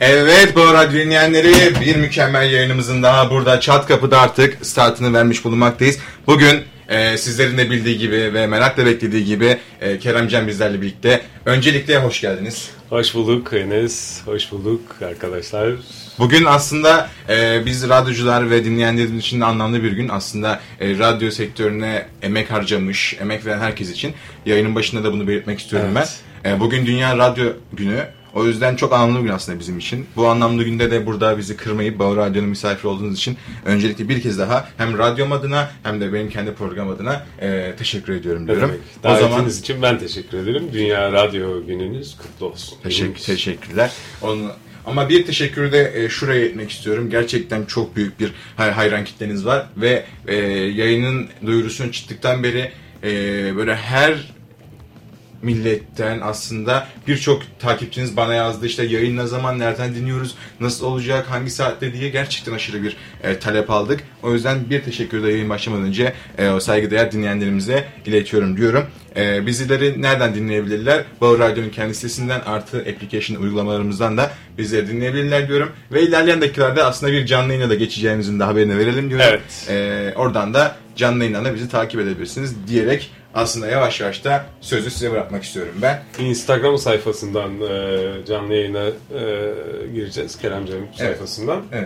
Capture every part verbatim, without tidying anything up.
Evet, bu radyo dinleyenleri, bir mükemmel yayınımızın daha burada çat kapıda artık startını vermiş bulunmaktayız. Bugün e, sizlerin de bildiği gibi ve merakla beklediği gibi e, Keremcan bizlerle birlikte. Öncelikle hoş geldiniz. Hoş bulduk Enes, hoş bulduk arkadaşlar. Bugün aslında e, biz radyocular ve dinleyenlerimiz için de anlamlı bir gün. Aslında e, radyo sektörüne emek harcamış, emek veren herkes için. Yayının başında da bunu belirtmek istiyorum evet. ben. E, bugün Dünya Radyo Günü. O yüzden çok anlamlı bir gün aslında bizim için. Bu anlamlı günde de burada bizi kırmayıp Bağ Radyo'nun misafir olduğunuz için öncelikle bir kez daha hem radyom adına hem de benim kendi program adına e, teşekkür ediyorum diyorum. Evet, davetiniz o zaman için ben teşekkür ederim. Dünya Radyo Gününüz kutlu olsun. Teşekkür, teşekkürler. Onu, ama bir teşekkürü de e, şuraya etmek istiyorum. Gerçekten çok büyük bir hay- hayran kitleniz var ve e, yayının duyurusunun çıktıktan beri e, böyle her milletten aslında birçok takipçiniz bana yazdı, işte yayın ne zaman, nereden dinliyoruz, nasıl olacak, hangi saatte diye gerçekten aşırı bir e, talep aldık. O yüzden bir teşekkür de yayın başlamadan önce e, o saygıdeğer dinleyenlerimize iletiyorum diyorum. E, bizleri nereden dinleyebilirler? Bağ Radyo'nun kendi sitesinden artı application uygulamalarımızdan da bizleri dinleyebilirler diyorum. Ve ilerleyen dakikalarda aslında bir canlı yayına da geçeceğimizin de haberini verelim diyorum. Evet. E, oradan da canlı yayından da bizi takip edebilirsiniz diyerek aslında yavaş yavaş da sözü size bırakmak istiyorum ben. Instagram sayfasından e, canlı yayına e, gireceğiz. Keremcan'ın evet. sayfasından. Evet.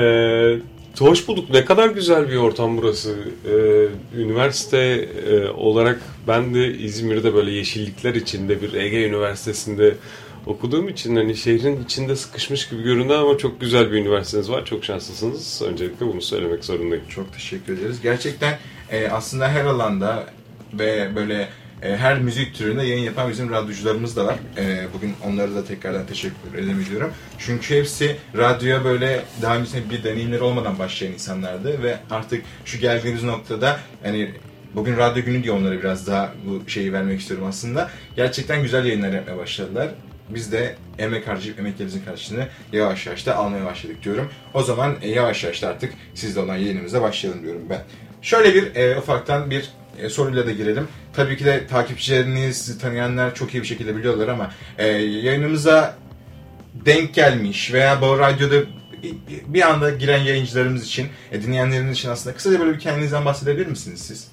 E, hoş bulduk. Ne kadar güzel bir ortam burası. E, üniversite e, olarak ben de İzmir'de böyle yeşillikler içinde bir Ege Üniversitesi'nde okuduğum için hani şehrin içinde sıkışmış gibi görünen ama çok güzel bir üniversiteniz var. Çok şanslısınız. Öncelikle bunu söylemek zorundayım. Çok teşekkür ederiz. Gerçekten e, aslında her alanda ve böyle e, her müzik türünde yayın yapan bizim radyocularımız da var. E, bugün onlara da tekrardan teşekkür edemiyorum. Çünkü hepsi radyoya böyle daha öncesinde bir deneyimleri olmadan başlayan insanlardı ve artık şu geldiğimiz noktada hani bugün radyo günü diye onlara biraz daha bu şeyi vermek istiyorum aslında. Gerçekten güzel yayınlar yapmaya başladılar. Biz de emek harcayıp emeklerimizin karşılığını yavaş yavaş da almaya başladık diyorum. O zaman e, yavaş yavaş da artık sizle olan yayınımıza başlayalım diyorum ben. Şöyle bir e, ufaktan bir E, soruyla da girelim. Tabii ki de takipçileriniz, sizi tanıyanlar çok iyi bir şekilde biliyorlar ama e, yayınımıza denk gelmiş veya Bağ Radyo'da bir anda giren yayıncılarımız için, e, dinleyenleriniz için aslında kısaca böyle bir kendinizden bahsedebilir misiniz siz?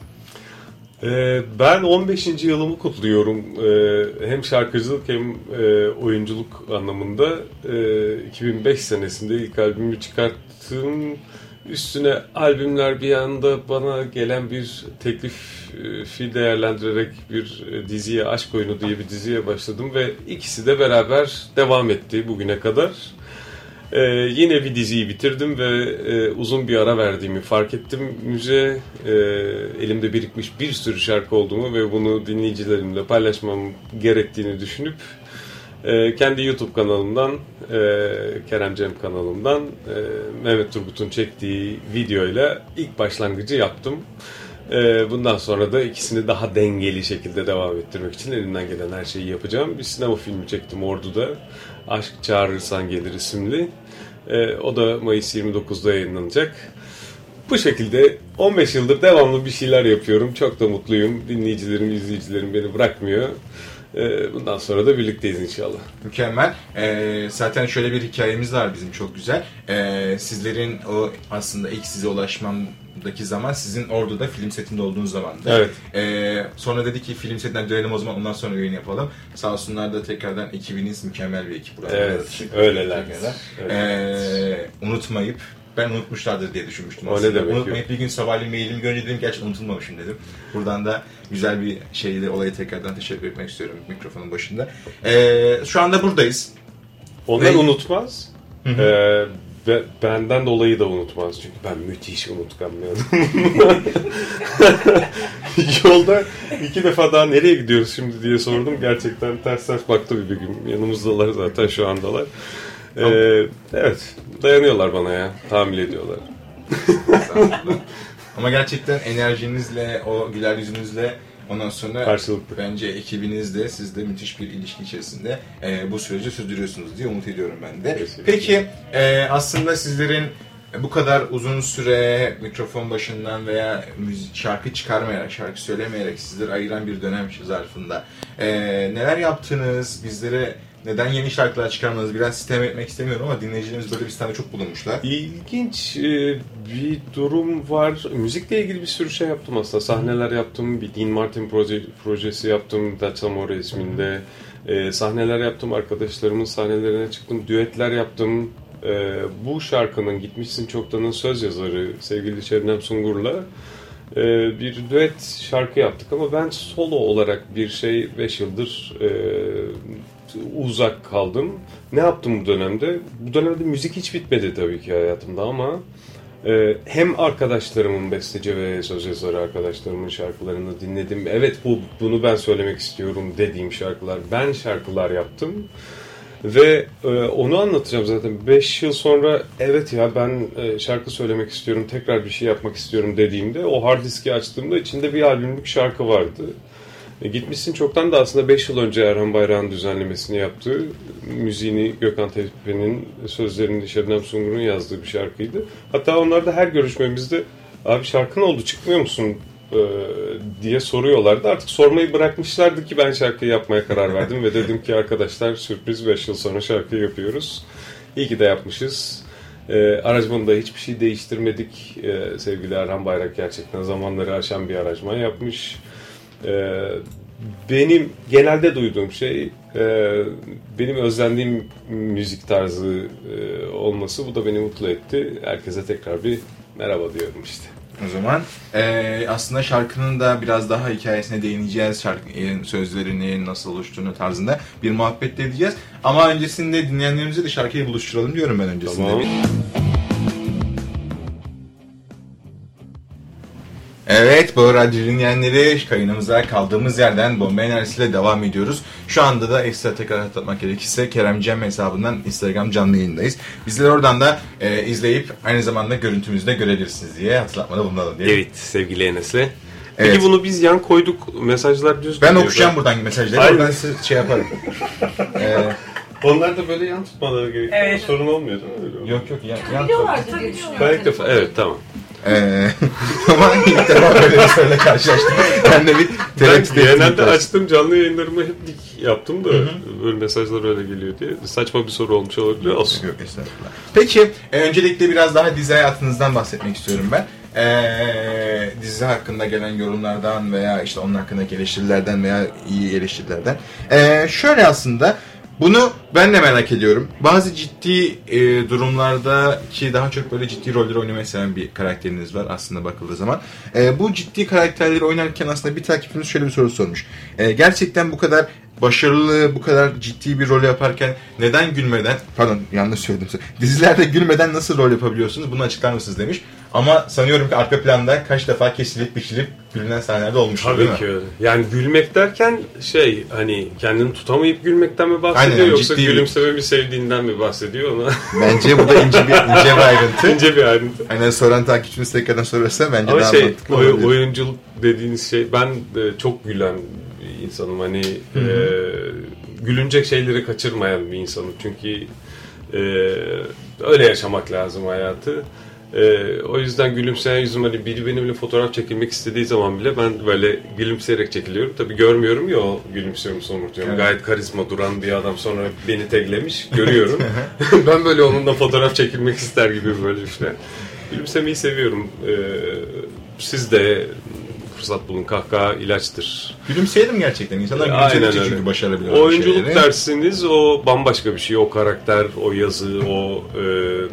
Ee, ben on beşinci yılımı kutluyorum. Ee, hem şarkıcılık hem e, oyunculuk anlamında. Ee, iki bin beş senesinde ilk albümü çıkarttım. Üstüne albümler bir anda bana gelen bir teklifi değerlendirerek bir diziye, Aşk Oyunu diye bir diziye başladım ve ikisi de beraber devam etti bugüne kadar. Ee, yine bir diziyi bitirdim ve e, uzun bir ara verdiğimi fark ettim. Müze e, elimde birikmiş bir sürü şarkı olduğumu ve bunu dinleyicilerimle paylaşmam gerektiğini düşünüp Ee, kendi YouTube kanalımdan, e, Kerem Cem kanalımdan e, Mehmet Turgut'un çektiği videoyla ilk başlangıcı yaptım. E, bundan sonra da ikisini daha dengeli şekilde devam ettirmek için elimden gelen her şeyi yapacağım. Bir sinema filmi çektim Ordu'da. Aşk Çağırırsan Gelir isimli. E, o da Mayıs yirmi dokuzda yayınlanacak. Bu şekilde on beş yıldır devamlı bir şeyler yapıyorum. Çok da mutluyum. Dinleyicilerim, izleyicilerim beni bırakmıyor. Bundan sonra da birlikteyiz inşallah. Mükemmel. Ee, zaten şöyle bir hikayemiz var bizim çok güzel. Ee, sizlerin o aslında ilk size ulaşmamdaki zaman sizin Ordu'da film setinde olduğunuz zamandı. Evet. Ee, sonra dedi ki film setinden dönelim o zaman ondan sonra yayın yapalım. Sağ olsunlar da tekrardan ekibiniz mükemmel bir ekip. Burada evet. Öyleler. Evet. Ee, unutmayıp ben unutmuşlardır diye düşünmüştüm aslında. O ne demek? Unutmayıp bir gün sabahleyin mailimi görünce dedim gerçekten unutulmamışım dedim. Buradan da güzel bir şeyle olaya tekrardan teşekkür etmek istiyorum mikrofonun başında. Ee, şu anda buradayız. Onlar Ve... unutmaz. Ee, ve benden dolayı da unutmaz. Çünkü ben müthiş unutkan bir adamım. Yolda iki defa daha nereye gidiyoruz şimdi diye sordum. Gerçekten ters ters baktı bir gün. Yanımızdalar zaten şu andalar. Ee, evet, dayanıyorlar bana ya, tahammül ediyorlar. Ama gerçekten enerjinizle, o güler yüzünüzle ondan sonra karşılıklı. Bence ekibinizde, siz de müthiş bir ilişki içerisinde e, bu süreci sürdürüyorsunuz diye umut ediyorum ben de. Peki, e, aslında sizlerin bu kadar uzun süre mikrofon başından veya müzik, şarkı çıkarmayarak, şarkı söylemeyerek sizleri ayıran bir dönem zarfında e, neler yaptınız, bizlere neden yeni şarkılar çıkarmanız, biraz sitem etmek istemiyorum ama dinleyicilerimiz böyle bir sistemde çok bulunmuşlar. İlginç e, bir durum var. Müzikle ilgili bir sürü şey yaptım aslında. Sahneler yaptım, bir Dean Martin proje, projesi yaptım, That's Amore isminde. E, sahneler yaptım, arkadaşlarımın sahnelerine çıktım, düetler yaptım. E, bu şarkının Gitmişsin Çoktan'ın söz yazarı sevgili Şebnem Sungur'la e, bir düet şarkı yaptık ama ben solo olarak bir şey beş yıldır e, uzak kaldım. Ne yaptım bu dönemde? Bu dönemde müzik hiç bitmedi tabii ki hayatımda ama e, hem arkadaşlarımın besteci ve söz yazarı arkadaşlarımın şarkılarını dinledim. Evet bu bunu ben söylemek istiyorum dediğim şarkılar. Ben şarkılar yaptım. Ve e, onu anlatacağım zaten. beş yıl sonra evet ya ben e, şarkı söylemek istiyorum, tekrar bir şey yapmak istiyorum dediğimde o hard diski açtığımda içinde bir albümlük şarkı vardı. E, Gitmişsin Çoktan da aslında beş yıl önce Erhan Bayrak'ın düzenlemesini yaptığı, müziğini Gökhan Tepe'nin, sözlerini Şebnem Sungur'un yazdığı bir şarkıydı. Hatta onlar da her görüşmemizde abi şarkın oldu çıkmıyor musun diye soruyorlardı. Artık sormayı bırakmışlardı ki ben şarkıyı yapmaya karar verdim ve dedim ki arkadaşlar sürpriz beş yıl sonra şarkıyı yapıyoruz. İyi ki de yapmışız. E, aranjmanında hiçbir şey değiştirmedik. E, sevgili Erhan Bayrak gerçekten zamanları aşan bir aranjman yapmış. E, benim genelde duyduğum şey e, benim özlendiğim müzik tarzı e, olması. Bu da beni mutlu etti. Herkese tekrar bir merhaba diyorum işte. O zaman e, aslında şarkının da biraz daha hikayesine değineceğiz. Şarkının sözlerinin nasıl oluştuğunu tarzında bir muhabbet edeceğiz. Ama öncesinde dinleyenlerimize de şarkıyı buluşturalım diyorum ben öncesinde. Tamam. Evet, bu radyo dinleyenleri kayınımıza kaldığımız yerden bomba enerjisiyle devam ediyoruz. Şu anda da ekstra tekrar hatırlatmak gerekirse Kerem Cem hesabından Instagram canlı yayındayız. Bizleri oradan da e, izleyip aynı zamanda görüntümüzü de görebilirsiniz diye hatırlatmada bulunalım diye. Evet sevgili Enes'le. Peki Evet. bunu biz yan koyduk, mesajlar düz Ben gidiyor. okuyacağım buradan mesajları, Aynen. oradan size şey yaparım. ee, Onlar da böyle yan tutmaları gerekiyor. Evet. Sorun olmuyor değil mi? yok yok yan, yan Biliyorlardır diye düşünüyorum. Ben ilk defa, evet tamam. Ee, ama ilk defa böyle bir soruyla karşılaştım. Ben de bir Ben tereddüt genelde ettim. açtığım canlı yayınlarımı hep dik yaptım da hı hı. böyle mesajlar öyle geliyor diye. Saçma bir soru olmuş olabilir. Olsun. Yok estağfurullah. Peki e, öncelikle biraz daha dizi hayatınızdan bahsetmek istiyorum ben. Ee, dizi hakkında gelen yorumlardan veya işte onun hakkındaki eleştirilerden veya iyi eleştirilerden. Ee, şöyle aslında bunu ben de merak ediyorum. Bazı ciddi e, durumlarda ki daha çok böyle ciddi roller oynamayı seven bir karakteriniz var aslında bakıldığı zaman. E, bu ciddi karakterleri oynarken aslında bir takipçimiz şöyle bir soru sormuş. E, gerçekten bu kadar başarılı, bu kadar ciddi bir rol yaparken neden gülmeden, pardon yanlış söyledim, dizilerde gülmeden nasıl rol yapabiliyorsunuz? Bunu açıklar mısınız demiş. Ama sanıyorum ki arka planda kaç defa kesilip biçilip gülünen sahnelerde olmuştur değil mi? Tabii ki öyle. Yani gülmek derken şey hani kendini tutamayıp gülmekten mi bahsediyor Aynen, yoksa ciddi... gülümsemeyi sevdiğinden mi bahsediyor ona? Bence bu da ince bir, ince bir ayrıntı. İnce bir ayrıntı. Aynen soran takipçimiz tekrardan sorarsa bence ama daha şey, mantıklı oy, olabilir. oyunculuk dediğiniz şey ben de çok gülen bir insanım. Hani e, gülünecek şeyleri kaçırmayan bir insanım. Çünkü e, öyle yaşamak lazım hayatı. Ee, o yüzden gülümseyen yüzüm hani biri benimle fotoğraf çekilmek istediği zaman bile ben böyle gülümseyerek çekiliyorum. Tabii görmüyorum ya o gülümsüyorum somurtuyorum. Evet. Gayet karizma duran bir adam sonra beni taglemiş görüyorum. Ben böyle onunla fotoğraf çekilmek ister gibi böyle işte. Gülümsemeyi seviyorum. Ee, siz de fırsat bulun. Kahkaha ilaçtır. Gülümseyelim gerçekten. İnsanlar gülümsedikçe çünkü başarabiliyor. Oyunculuk dersiniz o bambaşka bir şey. O karakter, o yazı, o e,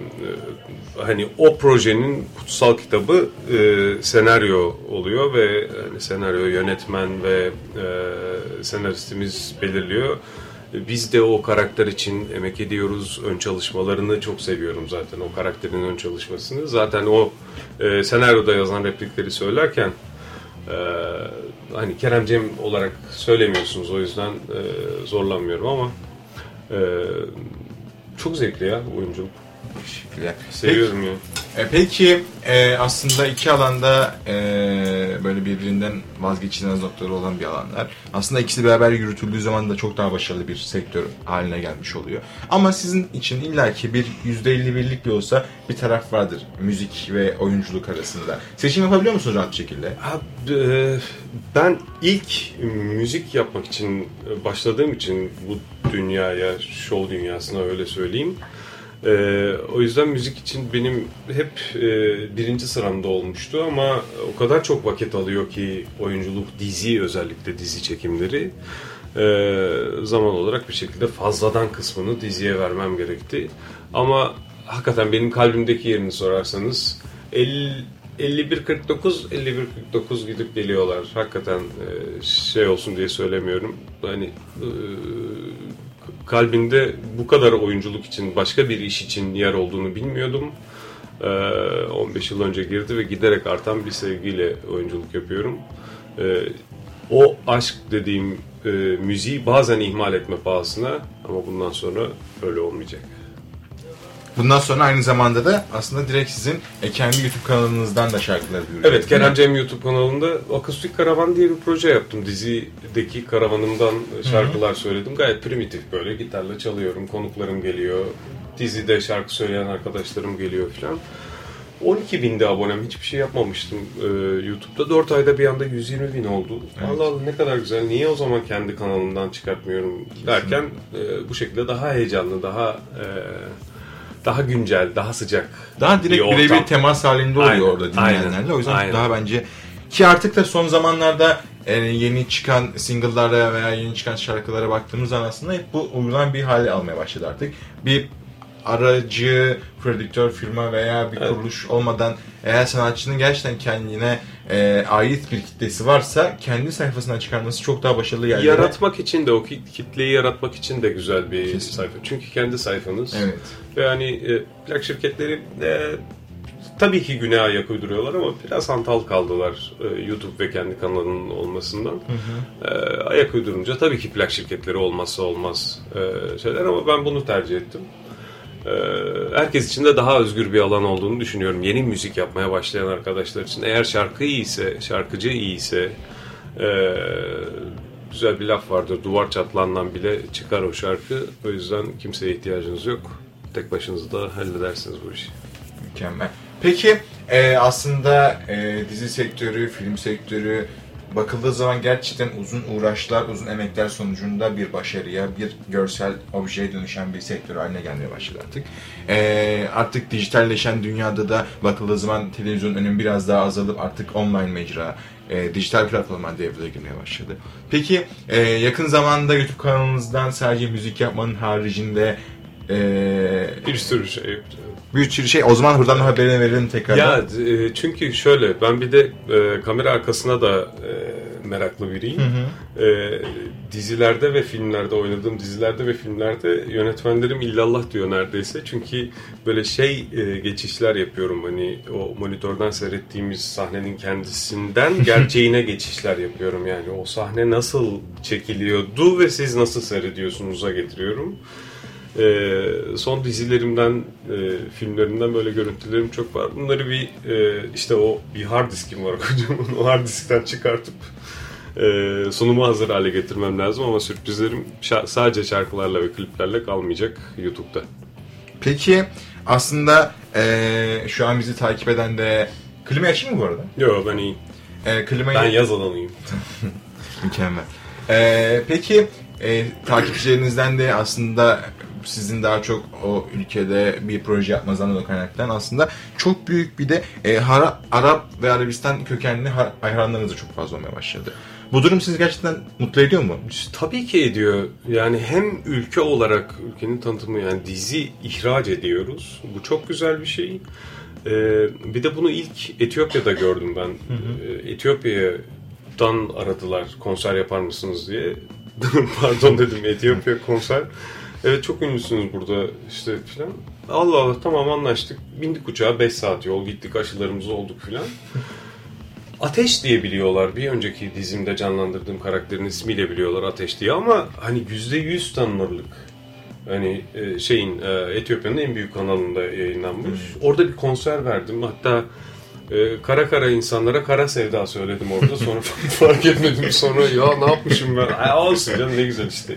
hani o projenin kutsal kitabı e, senaryo oluyor ve hani senaryo yönetmen ve e, senaristimiz belirliyor. Biz de o karakter için emek ediyoruz. Ön çalışmalarını çok seviyorum zaten. O karakterin ön çalışmasını. Zaten o e, senaryoda yazan replikleri söylerken e, hani Kerem Cem olarak söylemiyorsunuz. O yüzden e, zorlanmıyorum ama e, çok zevkli ya oyunculuk. Teşekkürler. Seviyorum Peki, ya. E, peki e, aslında iki alanda e, böyle birbirinden vazgeçilmez noktaları olan bir alanlar. Aslında ikisi beraber yürütüldüğü zaman da çok daha başarılı bir sektör haline gelmiş oluyor. Ama sizin için illaki bir yüzde elli birlik bir olsa bir taraf vardır müzik ve oyunculuk arasında. Seçim yapabiliyor musunuz rahat bir şekilde? Abi, e, ben ilk müzik yapmak için başladığım için bu dünyaya, show dünyasına öyle söyleyeyim. Ee, o yüzden müzik için benim hep e, birinci sıramda olmuştu ama o kadar çok vakit alıyor ki oyunculuk, dizi, özellikle dizi çekimleri e, zaman olarak bir şekilde fazladan kısmını diziye vermem gerekti. Ama hakikaten benim kalbimdeki yerini sorarsanız elli bir kırk dokuz elli bir kırk dokuz gidip geliyorlar. Hakikaten e, şey olsun diye söylemiyorum. Hani e, kalbinde bu kadar oyunculuk için, başka bir iş için yer olduğunu bilmiyordum. Ee, on beş yıl önce girdi ve giderek artan bir sevgiyle oyunculuk yapıyorum. Ee, o aşk dediğim e, müziği bazen ihmal etme pahasına, ama bundan sonra öyle olmayacak. Bundan sonra aynı zamanda da aslında direkt sizin e, kendi YouTube kanalınızdan da şarkılar duyuruyorsunuz. Evet, Kerem Cem YouTube kanalında Akustik Karavan diye bir proje yaptım. Dizideki karavanımdan şarkılar Hı-hı. söyledim. Gayet primitif, böyle gitarla çalıyorum, konuklarım geliyor. Dizide şarkı söyleyen arkadaşlarım geliyor falan. on iki binde abonem, hiçbir şey yapmamıştım ee, YouTube'da. dört ayda bir anda yüz yirmi bin oldu. Evet. Allah Allah, ne kadar güzel, niye o zaman kendi kanalımdan çıkartmıyorum derken e, bu şekilde daha heyecanlı, daha... E, daha güncel, daha sıcak. Daha direkt bir birebir temas halinde oluyor aynen, orada dinleyenlerle. Aynen, o yüzden aynen. daha bence ki artık da son zamanlarda yani yeni çıkan single'lara veya yeni çıkan şarkılara baktığımız zaman aslında hep bu uygulan bir hale almaya başladı artık. Bir aracı, prodüktör firma veya bir evet. kuruluş olmadan eğer sanatçının gerçekten kendine e, ait bir kitlesi varsa kendi sayfasından çıkarması çok daha başarılı yerlere. Yaratmak için de, o kitleyi yaratmak için de güzel bir Kesinlikle. sayfa. Çünkü kendi sayfanız. Evet. Ve hani e, plak şirketleri e, tabii ki güne ayak uyduruyorlar ama biraz hantal kaldılar e, YouTube ve kendi kanalının olmasından. Hı hı. E, ayak uydurunca tabii ki plak şirketleri olmazsa olmaz e, şeyler, ama ben bunu tercih ettim. Herkes için de daha özgür bir alan olduğunu düşünüyorum. Yeni müzik yapmaya başlayan arkadaşlar için. Eğer şarkı iyiyse, şarkıcı iyiyse, e, güzel bir laf vardır. Duvar çatlağından bile çıkar o şarkı. O yüzden kimseye ihtiyacınız yok. Tek başınıza da halledersiniz bu işi. Mükemmel. Peki e, aslında e, dizi sektörü, film sektörü bakıldığı zaman gerçekten uzun uğraşlar, uzun emekler sonucunda bir başarıya, bir görsel objeye dönüşen bir sektör haline gelmeye başladı artık. Ee, artık dijitalleşen dünyada da bakıldığı zaman televizyonun önemi biraz daha azalıp artık online mecra, e, dijital platformlar devreye girmeye başladı. Peki e, yakın zamanda YouTube kanalınızdan sadece müzik yapmanın haricinde e, bir sürü şey yapacağım. Bir sürü şey. O zaman buradan haberini verelim tekrardan. Ya e, çünkü şöyle, ben bir de e, kamera arkasına da e, meraklı biriyim. Hı hı. E, dizilerde ve filmlerde, oynadığım dizilerde ve filmlerde yönetmenlerim illallah diyor neredeyse. Çünkü böyle şey e, geçişler yapıyorum, hani o monitörden seyrettiğimiz sahnenin kendisinden gerçeğine geçişler yapıyorum. Yani o sahne nasıl çekiliyordu ve siz nasıl seyrediyorsunuz'a getiriyorum. Ee, son dizilerimden, e, filmlerimden böyle görüntülerim çok var. Bunları bir e, işte o bir hard diskim var kocaman, o hard diskten çıkartıp e, sunumu hazır hale getirmem lazım, ama sürprizlerim şa- sadece şarkılarla ve kliplerle kalmayacak YouTube'da. Peki aslında e, şu an bizi takip eden de klimayı açayım mı bu arada? Yok, ben iyiyim. E, klimayı... Ben yaz adamıyım. Mükemmel. E, peki e, takipçilerinizden de aslında sizin daha çok o ülkede bir proje yapmanızdan da kaynaklanan aslında çok büyük bir de e, Hara, Arap ve Arabistan kökenli hayranlarınız da çok fazla olmaya başladı. Bu durum sizi gerçekten mutlu ediyor mu? Tabii ki ediyor. Yani hem ülke olarak ülkenin tanıtımı, yani dizi ihraç ediyoruz. Bu çok güzel bir şey. Ee, bir de bunu ilk Etiyopya'da gördüm ben. Hı hı. Ee, Etiyopya'dan aradılar, konser yapar mısınız diye. Pardon dedim, Etiyopya konser. Evet, çok ünlüsünüz burada işte filan. Allah Allah, tamam anlaştık. Bindik uçağa, beş saat yol gittik, aşılarımızı olduk filan. Ateş diye biliyorlar. Bir önceki dizimde canlandırdığım karakterin ismiyle biliyorlar Ateş diye, ama hani yüzde yüz tanınırlık Hani e, şeyin e, Etiyopya'nın en büyük kanalında yayınlanmış. Hmm. Orada bir konser verdim. Hatta e, kara kara insanlara kara sevda söyledim orada. Sonra fark etmedim. Sonra ya ne yapmışım ben? Ay, olsun canım ne güzel işte.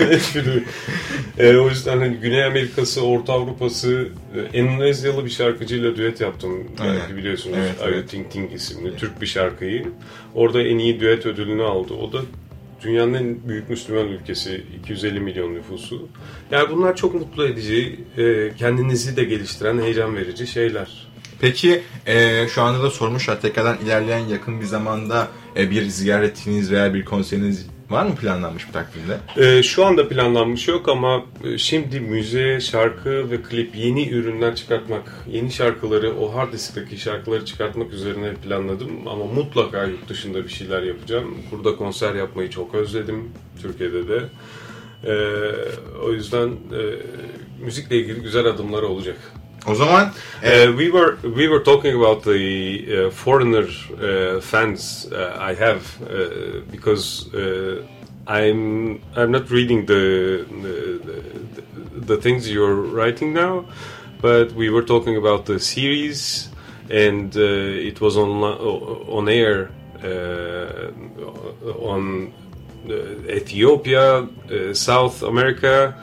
e, o yüzden hani Güney Amerika'sı, Orta Avrupa'sı, e, Endonezyalı bir şarkıcıyla düet yaptım. Aynen. Belki biliyorsunuz. Evet, evet. Ayu Ting Ting isimli evet. Türk bir şarkıyı. Orada en iyi düet ödülünü aldı. O da dünyanın en büyük Müslüman ülkesi, iki yüz elli milyon nüfusu. Yani bunlar çok mutlu edici, kendinizi de geliştiren, heyecan verici şeyler. Peki e, şu anda da sormuşlar, tekrardan ilerleyen yakın bir zamanda e, bir ziyaretiniz veya bir konseriniz var mı planlanmış bir takvimde? E, şu anda planlanmış yok ama şimdi müze, şarkı ve klip, yeni ürünler çıkartmak, yeni şarkıları, o hard diskteki şarkıları çıkartmak üzerine planladım. Ama mutlaka yurt dışında bir şeyler yapacağım. Burada konser yapmayı çok özledim, Türkiye'de de. E, o yüzden e, müzikle ilgili güzel adımlar olacak. O zaman e, uh, we were we were talking about the uh, foreigner uh, fans uh, I have uh, because uh, I'm I'm not reading the, the the things you're writing now, but we were talking about the series and uh, it was on on air uh, on Ethiopia, uh, South America,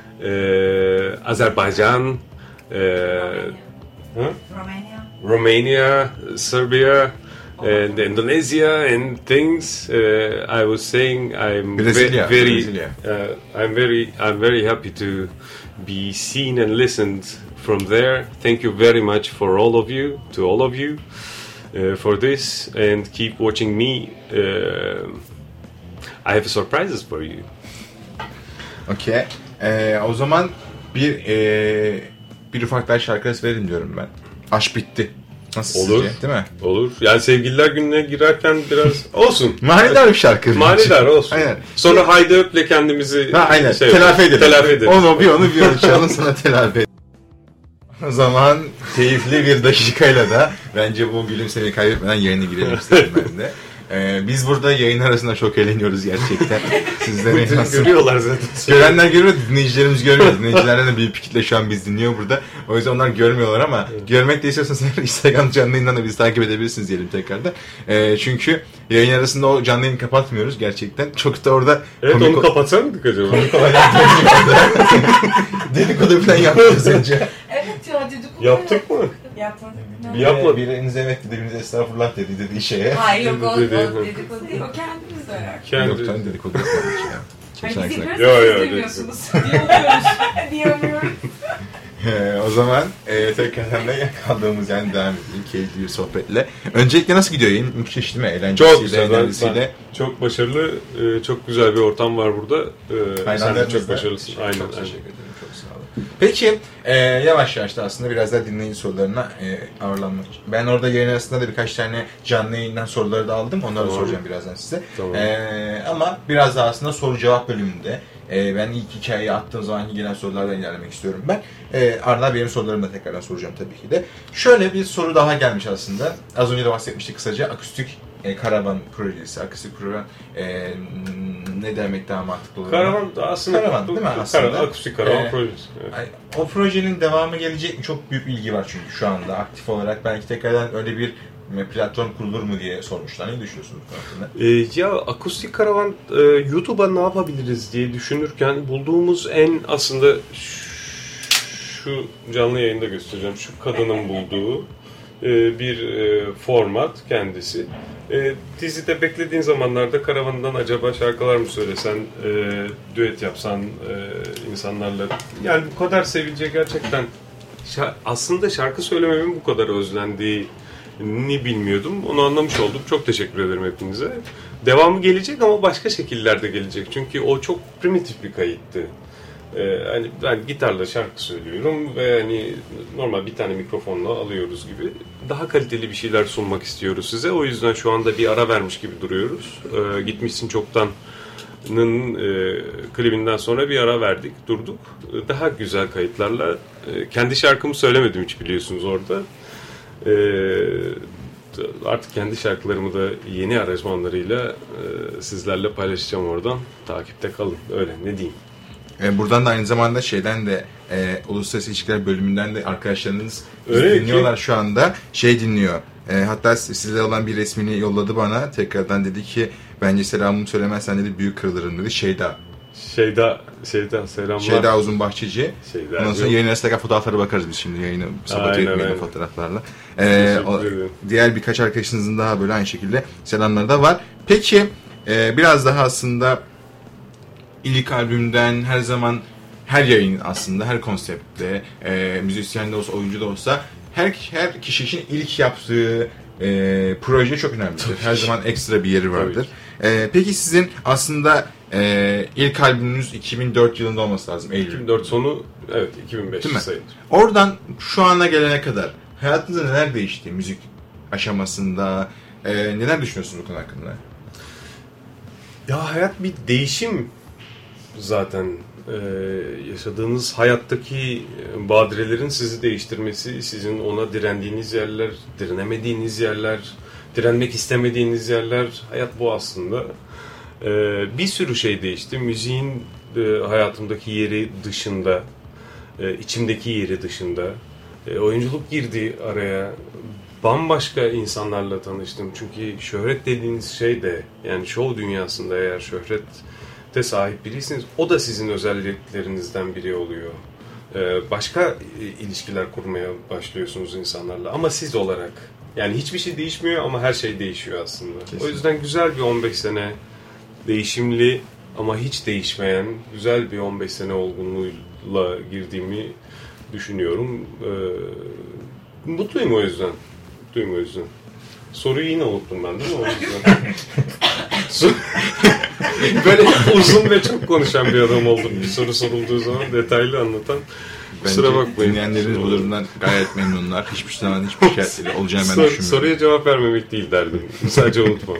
uh, Azerbaijan. Uh, huh? Romania, Romania, Serbia, and Indonesia, and things. Uh, I was saying I'm Brasilia, ve- very, Brasilia. uh, I'm very, I'm very happy to be seen and listened from there. Thank you very much for all of you, to all of you, uh, for this, and keep watching me. Uh, I have surprises for you. Okay. Ee, o zaman bir e, bir ufak daha şarkı arası verelim diyorum ben. Aşk bitti. Nasıl olur, sizce? Değil mi? Olur. Yani sevgililer gününe girerken biraz olsun. Manidar bir şarkı. Manidar olsun. Aynen. Sonra Haydi Öp'le kendimizi ha, aynen. Şey telafi edelim. Telafi edelim. Onu bir onu bir onu çalın sana telafi edelim. O zaman keyifli bir dakikayla da bence bu gülümsemeyi kaybetmeden yayına girelim istedim ben de. Ee, biz burada yayın arasında çok eğleniyoruz gerçekten. Sizlere nasıl... Görüyorlar zaten. Görenler görüyor, dinleyicilerimiz görmüyor. Dinleyicilerden de büyük bir kitle şu an biz dinliyor burada. O yüzden onlar görmüyorlar ama evet. Görmek de istiyorsanız Instagram canlı yayından da bizi takip edebilirsiniz diyelim tekrardan. Ee, çünkü yayın arasında o canlı yayını kapatmıyoruz gerçekten. Çok da orada... Evet komik... onu kapatsa mıydık acaba? Komik olan dedikodu falan yapıyoruz önce. Evet ya dedikodu. Yaptık mı? Yapmadık. Bir Yapma. Biriniz evet dedi, biriniz estağfurullah dedi dediği şeye. Hayır yok o, dedi, o dedikodu değil, o kendimiz de Kendi... Yok sen dedikodu yapmadık ya. Hayır biz yapıyoruz, siz demiyorsunuz. Diyemiyoruz. Diyemiyoruz. Ee, o zaman e, tekrardan da kaldığımız yani devam edelim keyifli bir sohbetle. Öncelikle nasıl gidiyor yayın? Müthiş değil mi? Eğlencesiyle, çok güzel, eğlencesiyle. Çok başarılı, çok güzel bir ortam var burada. Aynen, sen de çok başarılısın. Aynen, çok aynen. teşekkür ederim. Çok sağ olun. Peki e, yavaş yavaş da aslında biraz daha dinleyici sorularına e, ağırlanmak için. Ben orada yayın arasında da birkaç tane canlı yayından soruları da aldım. Onları tamam. soracağım birazdan size. Tamam. E, ama biraz daha aslında soru cevap bölümünde. E, ben ilk hikayeyi attığım zamanki gelen sorulardan ilerlemek istiyorum ben. E, ardından benim sorularımı da tekrardan soracağım tabii ki de. Şöyle bir soru daha gelmiş aslında. Az önce de bahsetmiştik kısaca. Akustik e, karavan projesi. Akustik karavan e, ne demek daha mantıklı olur? Karavan aslında karavan değil mi aslında? Karavan, akustik karavan e, projesi. Evet. O projenin devamı gelecek mi? Çok büyük ilgi var çünkü şu anda aktif olarak. Belki tekrardan öyle bir platform kurulur mu diye sormuşlar. Ne düşünüyorsunuz bu hakkında? Ee, ya akustik karavan e, YouTube'a ne yapabiliriz diye düşünürken bulduğumuz en aslında şu canlı yayında göstereceğim. Şu kadının bulduğu e, bir e, format kendisi. E, dizide beklediğin zamanlarda karavandan acaba şarkılar mı söylesen, e, düet yapsan e, insanlarla. Yani bu kadar sevilecek gerçekten. Şa- aslında şarkı söylememin bu kadar özlendiği ni bilmiyordum. Onu anlamış oldum. Çok teşekkür ederim hepinize. Devamı gelecek ama başka şekillerde gelecek. Çünkü o çok primitif bir kayıttı. Ee, hani ben gitarla şarkı söylüyorum ve hani normal bir tane mikrofonla alıyoruz gibi. Daha kaliteli bir şeyler sunmak istiyoruz size. O yüzden şu anda bir ara vermiş gibi duruyoruz. Ee, Gitmişsin Çoktan'ın e, klibinden sonra bir ara verdik, durduk. Daha güzel kayıtlarla. E, kendi şarkımı söylemedim hiç biliyorsunuz orada. Ee, artık kendi şarkılarımı da yeni aranjmanlarıyla e, sizlerle paylaşacağım oradan. Takipte kalın. Öyle ne diyeyim. E, buradan da aynı zamanda şeyden de e, Uluslararası İlişkiler bölümünden de arkadaşlarınız Öyle dinliyorlar ki. şu anda. Şey dinliyor. E, hatta sizle olan bir resmini yolladı bana. Tekrardan dedi ki bence selamımı söylemezsen dedi büyük kırılırım dedi. Şeyda. Şeyda, Şeyda selamlar. Şeyda Uzun Bahçeci. Şeyda. Ondan sonra yayın arasındaki fotoğraflara bakarız biz şimdi. Yayını sabote Aynen, etmeyelim aynen. fotoğraflarla. E, o, diğer birkaç arkadaşınızın daha böyle aynı şekilde selamları da var. Peki e, biraz daha aslında ilk albümden her zaman her yayın aslında her konseptte e, müzisyen de olsa oyuncu da olsa her her kişi için ilk yaptığı e, proje çok önemlidir. Tabii Her ki. zaman ekstra bir yeri vardır. E, peki sizin aslında e, ilk albümünüz iki bin dört yılında olması lazım. Eylül. iki bin dört sonu, evet iki bin beş Değil mi? sayılır. Oradan şu ana gelene kadar hayatınızda neler değişti müzik aşamasında? E, neler düşünüyorsunuz bu konu hakkında? Ya hayat bir değişim zaten. Ee, yaşadığınız hayattaki badirelerin sizi değiştirmesi, sizin ona direndiğiniz yerler, direnemediğiniz yerler, direnmek istemediğiniz yerler, hayat bu aslında. Ee, bir sürü şey değişti. Müziğin e, hayatımdaki yeri dışında, e, içimdeki yeri dışında. E, oyunculuk girdi araya. Bambaşka insanlarla tanıştım. Çünkü şöhret dediğiniz şey de, yani şov dünyasında eğer şöhrete sahip biriyseniz, o da sizin özelliklerinizden biri oluyor. Ee, başka ilişkiler kurmaya başlıyorsunuz insanlarla ama siz olarak. Yani hiçbir şey değişmiyor ama her şey değişiyor aslında. Kesinlikle. O yüzden güzel bir on beş sene değişimli ama hiç değişmeyen güzel bir on beş sene olgunluğuyla girdiğimi düşünüyorum. Ee, mutluyum o yüzden. Mutluyum o yüzden. Soruyu yine unuttum ben değil mi? O yüzden. Böyle uzun ve çok konuşan bir adam oldum. Bir soru sorulduğu zaman detaylı anlatan. Kusura bakmayın. Dinleyenlerimiz bu durumdan gayet memnunlar. Hiçbir zaman hiçbir şikayetleri olacağını ben Sor, düşünmüyorum. soruya cevap vermemek değil derdim. Sadece unutmam.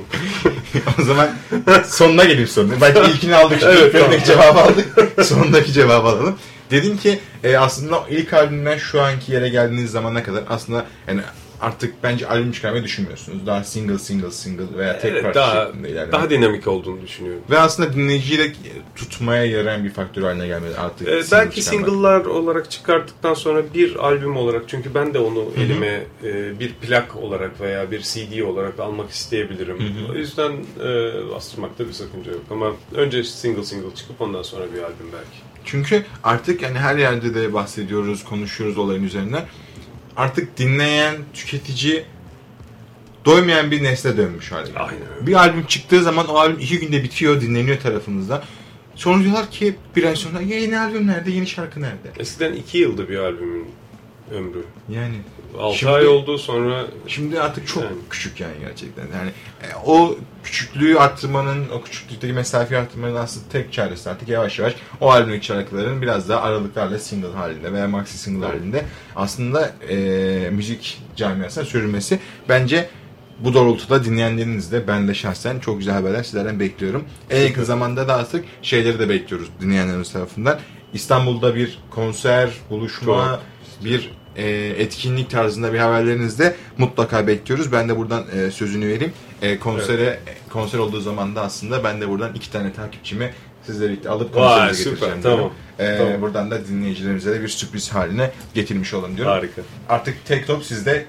O zaman sonuna geleyim sorunun. Belki ilkini aldık. Evet, Evet, tamam. ilk cevabı aldık. Sondaki cevabı alalım. Dedin ki e, aslında ilk albümden şu anki yere geldiğiniz zamana kadar aslında yani artık bence albüm çıkarmayı düşünmüyorsunuz. Daha single single single veya tek Evet, parça daha, şeklinde ilerlemek. daha dinamik olduğunu düşünüyorum. Ve aslında dinleyiciyi de tutmaya yarayan bir faktör haline gelmedi artık. Ee, single belki çıkarmak. single'lar olarak çıkarttıktan sonra bir albüm olarak, çünkü ben de onu elime e, bir plak olarak veya bir C D olarak almak isteyebilirim. Hı hı. O yüzden e, bastırmakta bir sakınca yok. Ama önce single single çıkıp ondan sonra bir albüm belki. Çünkü artık yani her yerde de bahsediyoruz, konuşuyoruz olayın üzerinden. Artık dinleyen, tüketici doymayan bir nesle dönmüş hale. Aynen öyle. Bir albüm çıktığı zaman o albüm iki günde bitiyor, dinleniyor tarafınızda. Sonra diyorlar ki bir ay sonra yeni albüm nerede, yeni şarkı nerede? Eskiden iki yıldı bir albümün ömrü. Yani altı Şimdi- ay oldu sonra. şimdi artık çok Yani. küçük yani gerçekten. Yani e, o küçüklüğü arttırmanın, o küçüklükteki mesafeyi arttırmanın aslında tek çaresi artık yavaş yavaş o albümdeki şarkıların biraz daha aralıklarla single halinde veya maxi single halinde aslında e, müzik camiasına sürülmesi. Bence bu doğrultuda dinleyenleriniz de ben de şahsen çok güzel haberler sizlerden bekliyorum. En yakın zamanda da artık şeyleri de bekliyoruz dinleyenlerimiz tarafından. İstanbul'da bir konser, buluşma, bir e, etkinlik tarzında bir haberlerinizi de mutlaka bekliyoruz. Ben de buradan e, sözünü vereyim. E, konsere Evet. konser olduğu zaman da aslında ben de buradan iki tane takipçimi sizle birlikte alıp Vay, konserimize süper, getireceğim. tamam, diyorum. E, tamam. Buradan da dinleyicilerimize de bir sürpriz haline getirmiş olalım diyorum. Harika. Artık tek top sizde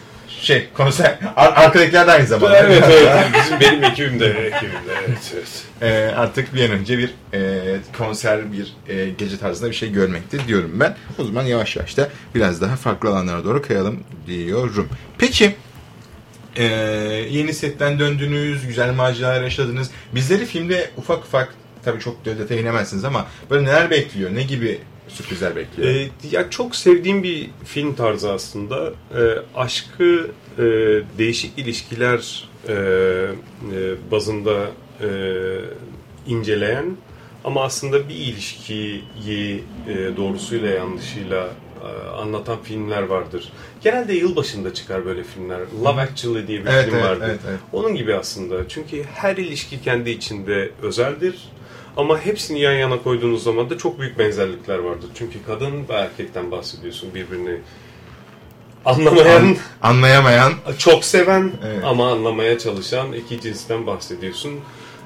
şey konser ar- arkadakiler de aynı zamanda. Evet evet. Bizim benim ekibim de ekibim de. Evet, evet. E, artık bir an önce bir e, konser, bir e, gece tarzında bir şey görmekte diyorum ben. O zaman yavaş yavaş da biraz daha farklı alanlara doğru kayalım diyorum. Peki e, yeni setten döndünüz, güzel maceralar yaşadınız. Bizleri filmde ufak ufak tabii çok detaya inemezsiniz ama böyle neler bekliyor? Ne gibi sürprizler bekliyor? Ee, ya çok sevdiğim bir film tarzı aslında. Ee, aşkı e, değişik ilişkiler e, e, bazında e, inceleyen ama aslında bir ilişkiyi e, doğrusuyla yanlışıyla e, anlatan filmler vardır. Genelde yılbaşında çıkar böyle filmler. Love Actually diye bir Evet, film evet, vardır. evet, evet. Onun gibi aslında. Çünkü her ilişki kendi içinde özeldir. Ama hepsini yan yana koyduğunuz zaman da çok büyük benzerlikler vardır. Çünkü kadın ve erkekten bahsediyorsun, birbirini anlamayan, An- anlayamayan. çok seven Evet. ama anlamaya çalışan iki cinsten bahsediyorsun.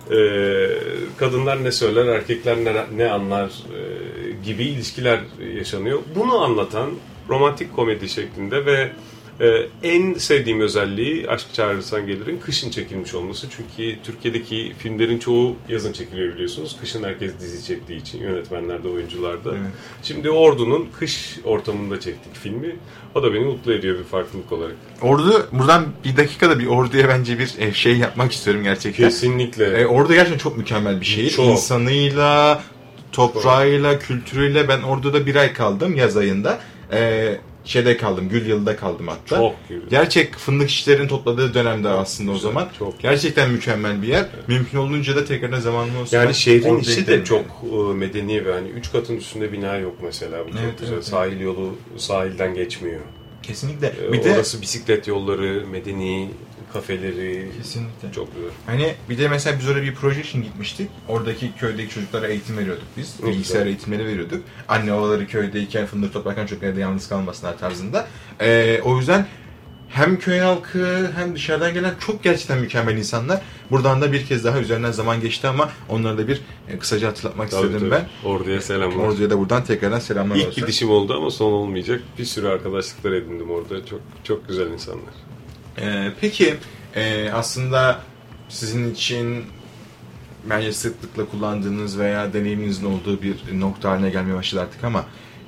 e, kadınlar ne söyler, erkekler ne, ne anlar e, gibi ilişkiler yaşanıyor. Bunu anlatan romantik komedi şeklinde ve Ee, en sevdiğim özelliği Aşk Çağırırsan Gelir'in kışın çekilmiş olması. Çünkü Türkiye'deki filmlerin çoğu yazın çekiliyor biliyorsunuz. Kışın herkes dizi çektiği için, yönetmenler de oyuncular da. Evet. Şimdi Ordu'nun kış ortamında çektik filmi. O da beni mutlu ediyor bir farklılık olarak. Ordu, buradan bir dakikada bir Ordu'ya bence bir şey yapmak istiyorum gerçekten. Kesinlikle. E, Ordu gerçekten çok mükemmel bir şehir. Çok. İnsanıyla, toprağıyla, çok. Kültürüyle. Ben Ordu'da bir ay kaldım yaz ayında. Eee Şeyde kaldım, Gülyıl'da kaldım hatta. Çok güzel. Gerçek fındık işlerin topladığı dönemde aslında güzel, o zaman. Çok. Gerçekten mükemmel bir yer. Evet. Mümkün olduğunca da tekrardan zamanlı olsun. Yani şehrin içi de çok yani. medeni ve hani üç katın üstünde bina yok mesela. Bu çok evet, güzel. Evet, Sahil evet. yolu sahilden geçmiyor. Kesinlikle. Ee, bir orası de bisiklet yolları, medeni kafeleri. Kesinlikle. Çok güzel. Hani bir de mesela biz oraya bir proje için gitmiştik. Oradaki köydeki çocuklara eğitim veriyorduk biz. Çok bilgisayar güzel. Eğitimleri veriyorduk. Anne babaları köydeyken fındık toplarken çocuklar yalnız kalmasınlar tarzında. Ee, o yüzden hem köy halkı hem dışarıdan gelen çok gerçekten mükemmel insanlar. Buradan da bir kez daha üzerinden zaman geçti ama onları da bir e, kısaca hatırlatmak tabii, istedim tabii. ben. Ordu'ya selamlar. Ordu'ya da buradan tekrardan selamlar İlk olsun. gidişim oldu ama son olmayacak. Bir sürü arkadaşlıklar edindim orada. Çok çok güzel insanlar. Ee, peki e, aslında sizin için bence sıklıkla kullandığınız veya deneyiminizin olduğu bir nokta haline gelmeye başladı artık ama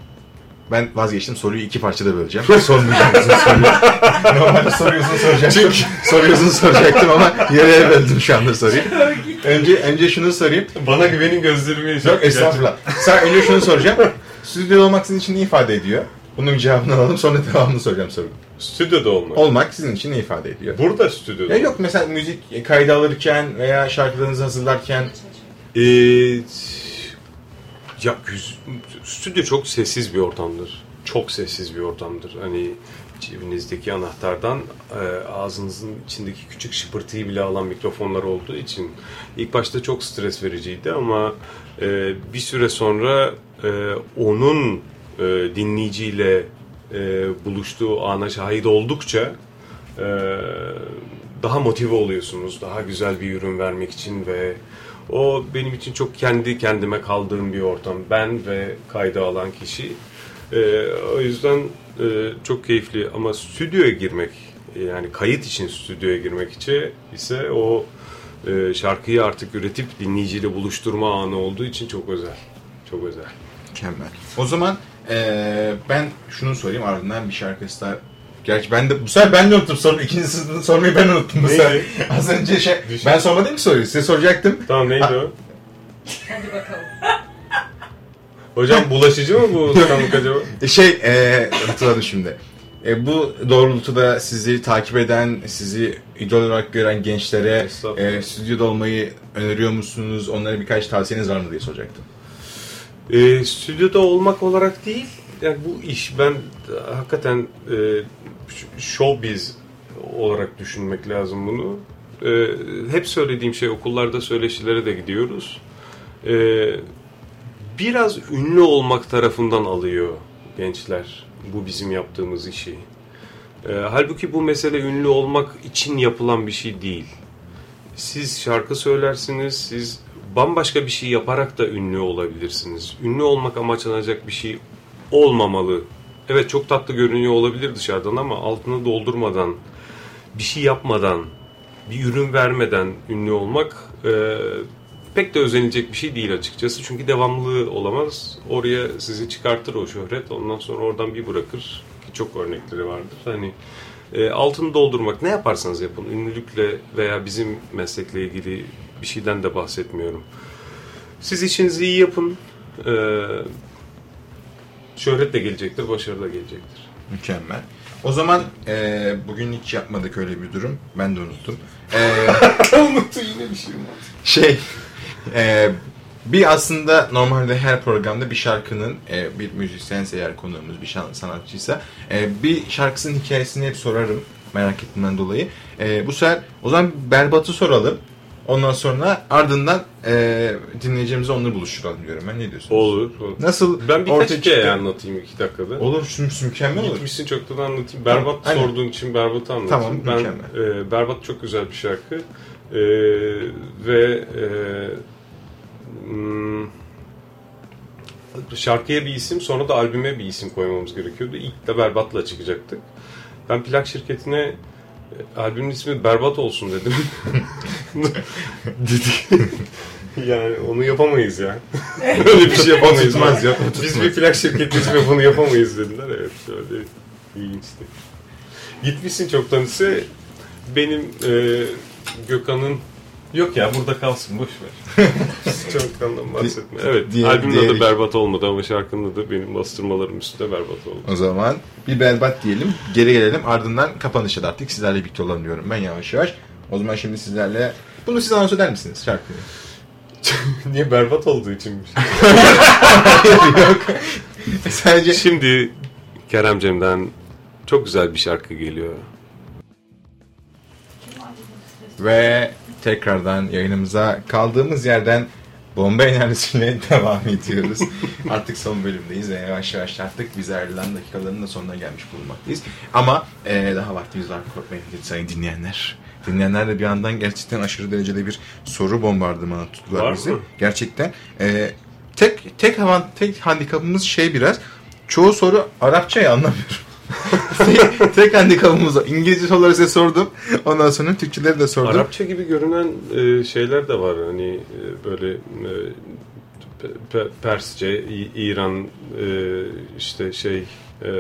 ben vazgeçtim. Soruyu iki parçada böleceğim. Sormayacağım uzun soruyu. Normalde soruyu uzun soracaktım. soruyu uzun soracaktım ama yarıya böldüm şu anda soruyu. Önce önce şunu sorayım. Bana güvenin gözlerimi yaşa. Yok estağfurullah. Sen önce şunu soracağım. Stüdyoda olmak sizin için ne ifade ediyor? Bunun bir cevabını alalım sonra devamını soracağım soruyu. Stüdyoda olmak. Olmak sizin için ne ifade ediyor? Burada stüdyoda. Ya yok mesela müzik kaydı alırken veya şarkılarınızı hazırlarken. Ee, ya stüdyo çok sessiz bir ortamdır. Çok sessiz bir ortamdır. Hani cebinizdeki anahtardan e, ağzınızın içindeki küçük şıpırtıyı bile alan mikrofonlar olduğu için ilk başta çok stres vericiydi ama e, bir süre sonra e, onun e, dinleyiciyle e, buluştuğu ana şahit oldukça e, daha motive oluyorsunuz. Daha güzel bir ürün vermek için ve o benim için çok kendi kendime kaldığım bir ortam. Ben ve kayda alan kişi. E, o yüzden e, çok keyifli ama stüdyoya girmek, yani kayıt için stüdyoya girmek için ise o e, şarkıyı artık üretip dinleyiciyle buluşturma anı olduğu için çok özel. Çok özel. Mükemmel. O zaman e, ben şunu sorayım ardından bir şarkısı da. Gerçi ben de bu sefer ben de unuttum soru. İkincisini sormayı ben unuttum bu sefer. Az önce şey Düşün. ben sormadım ki soruyu. Size soracaktım. Tamam neydi ha. o? Hadi bakalım. Hocam bulaşıcı mı bu tanık acaba? Şey e, hatırladım şimdi. E, bu doğrultuda sizi takip eden, sizi idol olarak gören gençlere e, stüdyoda olmayı öneriyor musunuz? Onlara birkaç tavsiyeniz var mı diye soracaktım. E, stüdyoda olmak olarak değil. Yani bu iş ben hakikaten e, showbiz olarak düşünmek lazım bunu. E, hep söylediğim şey, okullarda söyleşilere de gidiyoruz. E, biraz ünlü olmak tarafından alıyor gençler bu bizim yaptığımız işi. E, halbuki bu mesele ünlü olmak için yapılan bir şey değil. Siz şarkı söylersiniz, siz bambaşka bir şey yaparak da ünlü olabilirsiniz. Ünlü olmak amaçlanacak bir şey olmamalı. Evet çok tatlı görünüyor olabilir dışarıdan ama altını doldurmadan, bir şey yapmadan, bir ürün vermeden ünlü olmak e, pek de özenilecek bir şey değil açıkçası. Çünkü devamlılığı olamaz. Oraya sizi çıkartır o şöhret. Ondan sonra oradan bir bırakır. Ki çok örnekleri vardır. Hani e, altını doldurmak ne yaparsanız yapın. Ünlülükle veya bizim meslekle ilgili bir şeyden de bahsetmiyorum. Siz işinizi iyi yapın. Eee Şöhret de gelecektir, başarı da gelecektir. Mükemmel. O zaman e, bugün hiç yapmadık öyle bir durum. Ben de unuttum. E, Unuttu yine bir şey mi? Şey, e, bir aslında normalde her programda bir şarkının, e, bir müzisyense eğer konuğumuz, bir sanatçıysa e, bir şarkısının hikayesini hep sorarım. Merak ettiğimden dolayı. E, bu sefer o zaman Berbat'ı soralım. Ondan sonra ardından e, dinleyeceğimize onları buluşturalım diyorum. Ben ne diyorsunuz? Olur. olur. Nasıl? Ben birkaç hikaye anlatayım iki dakikada. Olur, şu mükemmel olur. Gitmişsin çoktan anlatayım. Berbat tamam, sorduğun için Berbat'ı anlatayım. Tamam, ben, mükemmel. E, Berbat çok güzel bir şarkı. Ee, ve e, hmm, şarkıya bir isim, sonra da albüme bir isim koymamız gerekiyordu. İlk de Berbat'la çıkacaktık. Ben plak şirketine e, albümün ismi Berbat olsun dedim. Dedik. Yani onu yapamayız ya. Öyle bir şey yapamayız. Tutmaz ya. Biz bir plak şirketiyiz ve bunu yapamayız dediler. Evet, şöyle ilginçti. Gitmişsin çoktan ise benim e, Gökhan'ın yok ya burada kalsın boş ver. Çoktan'dan bahsetme. Evet, Diye, albümün diye, adı Berbat olmadı ama şarkının adı benim bastırmalarım üstünde Berbat oldu. O zaman bir berbat diyelim, geri gelelim, ardından kapanışa da artık sizlerle birlikte olalım diyorum ben yavaş yavaş. O zaman şimdi sizlerle, bunu siz anons eder misiniz şarkıyı? Niye berbat olduğu içinmiş? Yok. Sadece... Şimdi Kerem Cem'den çok güzel bir şarkı geliyor. Ve tekrardan yayınımıza kaldığımız yerden bomba enerjisiyle devam ediyoruz. Artık son bölümdeyiz ve yavaş yavaş artık bize ayrılan dakikaların da sonuna gelmiş bulunmaktayız. Ama e, daha vaktimiz var, korkmayın sayın dinleyenler. Dinleyenler de bir yandan gerçekten aşırı derecede bir soru bombardımanı tuttular var bizi. Mı? Gerçekten. E, tek tek avant, tek handikapımız şey biraz, çoğu soru Arapçayı anlamıyorum. tek, tek handikapımız o. İngilizce soruları size sordum. Ondan sonra Türkçeleri de sordum. Arapça gibi görünen e, şeyler de var. Hani e, böyle e, pe, Persçe, İ, İran e, işte şey e,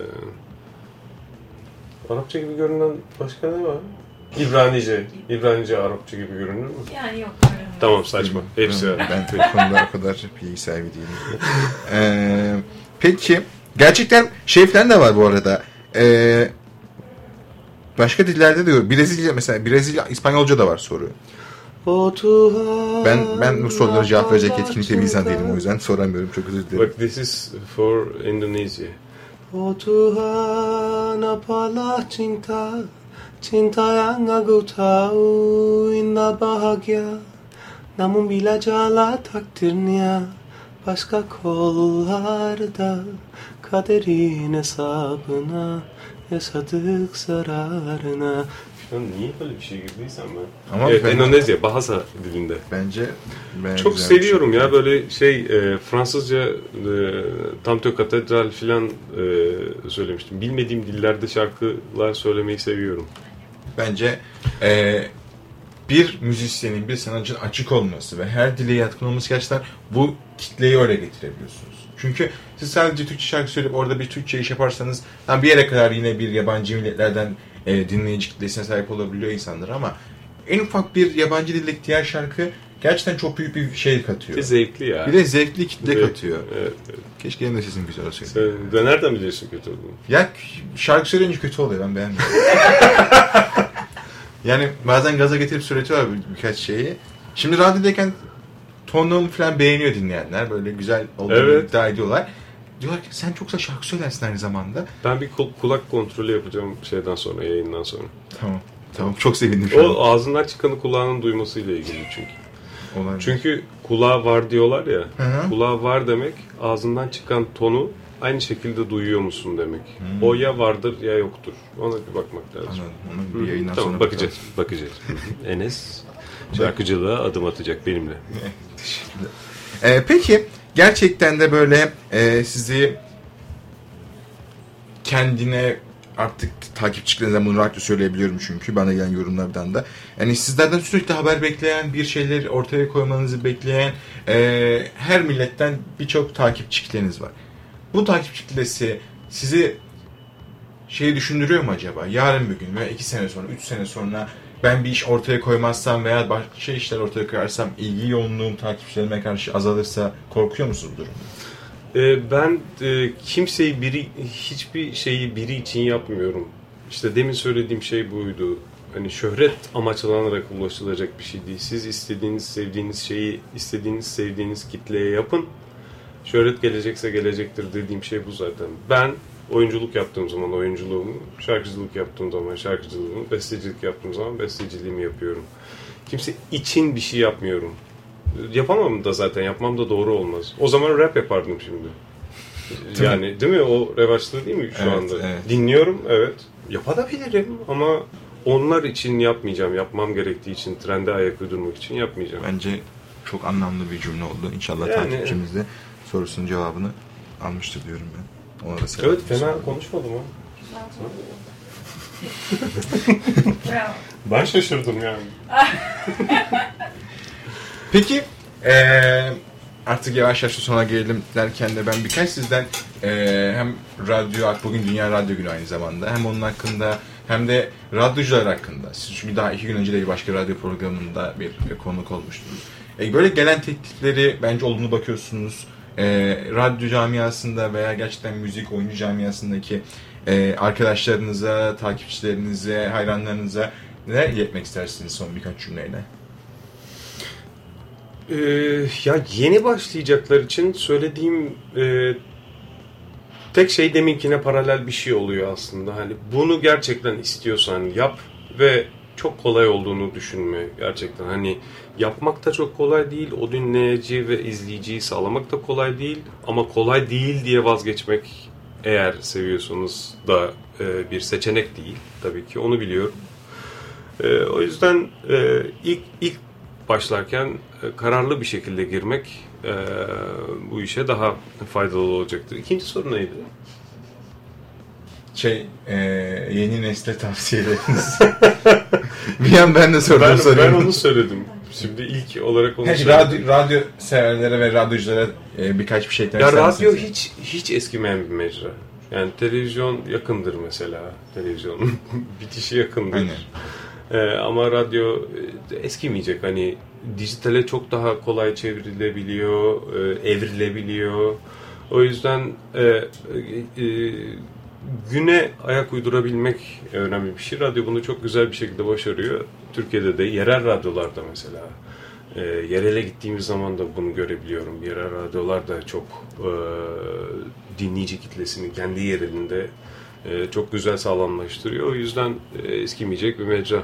Arapça gibi görünen başka ne var? İbranice. İbranice Arapça gibi görünür mü? Yani yok. Tamam, saçma. Hepsi var. Ben pek konuda o kadar bilgi sahibi değilim. Ee, peki gerçekten şey falan da var bu arada. Ee, başka dillerde diyor. Brezilya mesela, Brezilya İspanyolca da var soru. Ben ben bu sorulara cevap verecek etkinlikte bir insan değilim, o yüzden soramıyorum. Çok özür dilerim. Bak, this is for Indonesia. Oh Tuhan, apalah cinta, cinta yang aku tahu indah bahagia. Namun bila jala takdirnya başka kollarda, kaderin hesabına, yaşadık zararına. Şu an niye böyle bir şey girdiysem ben? Ama evet, ben- Endonezya, Bahasa dilinde. Bence ben Çok güzel bir seviyorum şey. ya böyle şey e, Fransızca e, Tamtö Katedral filan e, söylemiştim. Bilmediğim dillerde şarkılar söylemeyi seviyorum. Bence e, bir müzisyenin, bir sanatçının açık olması ve her dile yatkın olması gerçekten bu kitleyi öyle getirebiliyorsunuz. Çünkü siz sadece Türkçe şarkı söyleyip orada bir Türkçe iş yaparsanız tam bir yere kadar yine bir yabancı milletlerden e, dinleyici kitlesine sahip olabiliyor insanlar, ama en ufak bir yabancı dildeki diğer şarkı gerçekten çok büyük bir şey katıyor. Bir zevkli ya. Bir de zevkli kitle Evet, katıyor. Evet, evet. Keşke benim de sesim güzel olsaydı. Sen de nereden biliyorsun kötü olduğunu? Ya şarkı söyleyince kötü oluyor, ben beğenmiyorum. Yani bazen gaza getirip söyletiyorlar bir- birkaç şeyi. Şimdi radyodayken tonumu falan beğeniyor dinleyenler. Böyle güzel olduğunu Evet. iddia ediyorlar. Diyorlar ki sen çok güzel şarkı söylersin aynı zamanda. Ben bir kul- kulak kontrolü yapacağım şeyden sonra, yayından sonra. Tamam. Tamam, çok sevindim şu an. O ağzından çıkanı kulağının duymasıyla ilgili çünkü. Olabilir. Çünkü kulağı var diyorlar ya. Hı hı. Kulağı var demek ağzından çıkan tonu aynı şekilde duyuyor musun demek. Hmm. O ya vardır ya yoktur. Ona bir bakmak lazım. Anladım. Onu bir yayından Tamam, sonra bakacağız. Bakacağız. Enes şarkıcılığa adım atacak benimle. Teşekkürler. Ee, peki gerçekten de böyle e, sizi kendine artık takipçilerinizden bunu rahatça söyleyebiliyorum çünkü bana gelen yorumlardan da. Yani sizlerden sürekli haber bekleyen, bir şeyler ortaya koymanızı bekleyen e, her milletten birçok takipçi kitleniz var. Bu takipçi kitlesi sizi şeyi düşündürüyor mu acaba? Yarın bir gün veya iki sene sonra, üç sene sonra ben bir iş ortaya koymazsam veya başka işler ortaya koyarsam ilgi yoğunluğum takipçilerime karşı azalırsa korkuyor musunuz bu durumda? Ee, ben e, kimseyi biri, hiçbir şeyi biri için yapmıyorum. İşte demin söylediğim şey buydu. Hani şöhret amaçlanarak ulaşılacak bir şey değil. Siz istediğiniz, sevdiğiniz şeyi istediğiniz, sevdiğiniz kitleye yapın. Şöhret gelecekse gelecektir dediğim şey bu zaten. Ben oyunculuk yaptığım zaman oyunculuğumu, şarkıcılık yaptığım zaman şarkıcılığımı, bestecilik yaptığım zaman besteciliğimi yapıyorum. Kimse için bir şey yapmıyorum. Yapamam da zaten, yapmam da doğru olmaz. O zaman rap yapardım şimdi. Değil yani mi? Değil mi? O revaçta değil mi şu Evet, anda? evet. Dinliyorum, evet. Yapabilirim ama onlar için yapmayacağım. Yapmam gerektiği için, trende ayak uydurmak için yapmayacağım. Bence çok anlamlı bir cümle oldu. İnşallah Yani, takipçimiz de sorusunun cevabını almıştır diyorum ben. Ona da selam Evet, olsun. fena konuşmadım ha. Bravo. Ben şaşırdım yani. Peki eee, artık yavaş yavaş sona gelelim derken de ben birkaç sizden eee, hem radyo, bugün Dünya Radyo Günü aynı zamanda, hem onun hakkında hem de radyocular hakkında. Siz çünkü daha iki gün önce de bir başka radyo programında bir konuk olmuştunuz. E, böyle gelen teklifleri bence olumlu bakıyorsunuz. E, radyo camiasında veya gerçekten müzik, oyuncu camiasındaki e, arkadaşlarınıza, takipçilerinize, hayranlarınıza ne iletmek istersiniz son birkaç cümleyle? Ee, ya yeni başlayacaklar için söylediğim e, tek şey deminkine paralel bir şey oluyor aslında. Hani bunu gerçekten istiyorsan yap ve çok kolay olduğunu düşünme gerçekten. Hani yapmak da çok kolay değil. O dinleyici ve izleyiciyi sağlamak da kolay değil. Ama kolay değil diye vazgeçmek, eğer seviyorsanız da e, bir seçenek değil. Tabii ki onu biliyorum. E, o yüzden e, ilk ilk başlarken e, kararlı bir şekilde girmek e, bu işe daha faydalı olacaktır. İkinci soru neydi? Şey, e, yeni nesle tavsiyeleriniz. Bir an ben de sordum Ben, ben soruyorum. onu söyledim. Şimdi ilk olarak onu Hey, söyledim. radyo, radyo severlere ve radyoculara e, birkaç bir şey eklemek Ya ister radyo misiniz? hiç hiç eskimeyen bir mecra. Yani televizyon yakındır mesela. Televizyon bitişi yakındır. Aynen. Ee, ama radyo e, eskimeyecek. Hani dijitale çok daha kolay çevrilebiliyor, e, evrilebiliyor. O yüzden e, e, e, güne ayak uydurabilmek önemli bir şey. Radyo bunu çok güzel bir şekilde başarıyor. Türkiye'de de yerel radyolarda mesela. E, yerele gittiğimiz zaman da bunu görebiliyorum. Yerel radyolar da çok e, dinleyici kitlesini kendi yerelinde e, çok güzel sağlamlaştırıyor. O yüzden e, eskimeyecek bir mecra.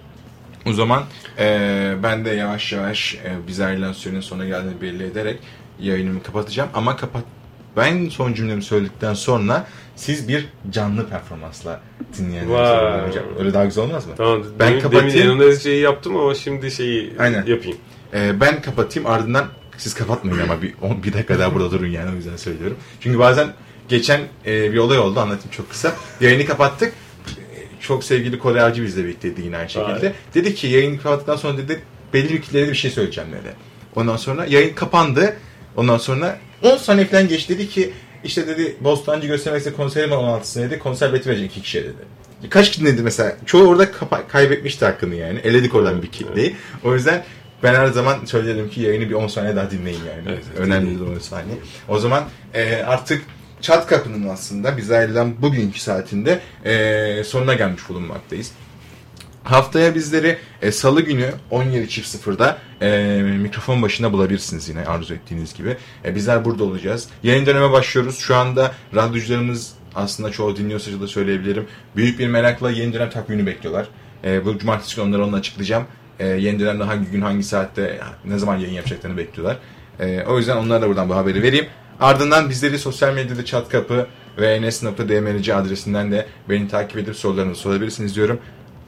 O zaman e, ben de yavaş yavaş e, bize ayrılan sürenin sonuna geldiğini belli ederek yayınımı kapatacağım. Ama kapat ben son cümlemi söyledikten sonra siz bir canlı performansla dinleyenlerinize hocam. Öyle daha güzel olmaz mı? Tamam. Ben demin, kapatayım. Demin yanında şeyi yaptım ama şimdi şeyi Aynen. yapayım. E, ben kapatayım, ardından siz kapatmayın ama bir, on, bir dakika daha burada durun yani, o yüzden söylüyorum. Çünkü bazen geçen e, bir olay oldu, anlatayım çok kısa. Yayını kapattık. Çok sevgili Kore Avcı bizle birlikteydi yine aynı şekilde. Aynen. Dedi ki yayını kapattıktan sonra dedi belli bir kitlere bir şey söyleyeceğim dedi. Ondan sonra yayın kapandı. Ondan sonra on saniye falan geçti, dedi ki işte dedi Bostancı göstermekse konserim on altısında dedi, konser bileti verecek iki kişiye dedi. Kaç kişi dedi mesela? Çoğu orada kapa- kaybetmişti hakkını yani. Eledik oradan Evet, bir kitleyi. O yüzden ben her zaman söylerim ki yayını bir on saniye daha dinleyin yani. Evet, evet, önemli o saniye. O zaman e, artık Çat Kapı'nın aslında bize ayrılan bugünkü saatinde e, sonuna gelmiş bulunmaktayız. Haftaya bizleri e, Salı günü on yedi sıfır sıfırda e, mikrofon başında bulabilirsiniz yine arzu ettiğiniz gibi. E, bizler burada olacağız. Yeni döneme başlıyoruz. Şu anda radyocularımız, aslında çoğu dinliyorsa da söyleyebilirim, büyük bir merakla yeni dönem takvimini bekliyorlar. E, bu cumartesi günü onları onunla açıklayacağım. E, yeni dönemde hangi gün, hangi saatte, ne zaman yayın yapacaklarını bekliyorlar. E, o yüzden onlara da buradan bu haberi vereyim. Ardından bizleri sosyal medyada Çat Kapı ve enes nokta d m r c adresinden de beni takip edip sorularınızı sorabilirsiniz diyorum.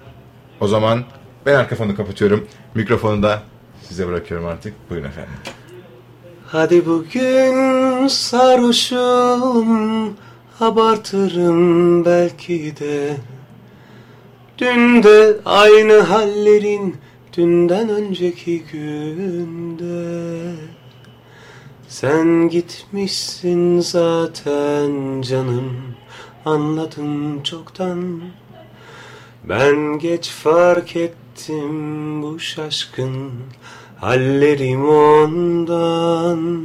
O zaman ben arka fonu kapatıyorum. Mikrofonu da size bırakıyorum artık. Buyurun efendim. Hadi bugün sarhoşum, abartırım belki de. Dün de aynı hallerin, dünden önceki günde. Sen gitmişsin zaten canım, anladım çoktan. Ben geç fark ettim bu şaşkın hallerim ondan.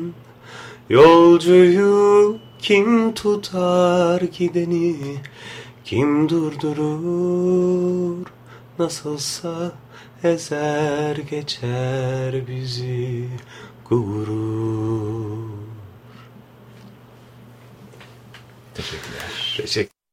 Yolcuyu kim tutar, gideni kim durdurur? Nasılsa ezer geçer bizi gurur. Teşekkürler. Teşekkür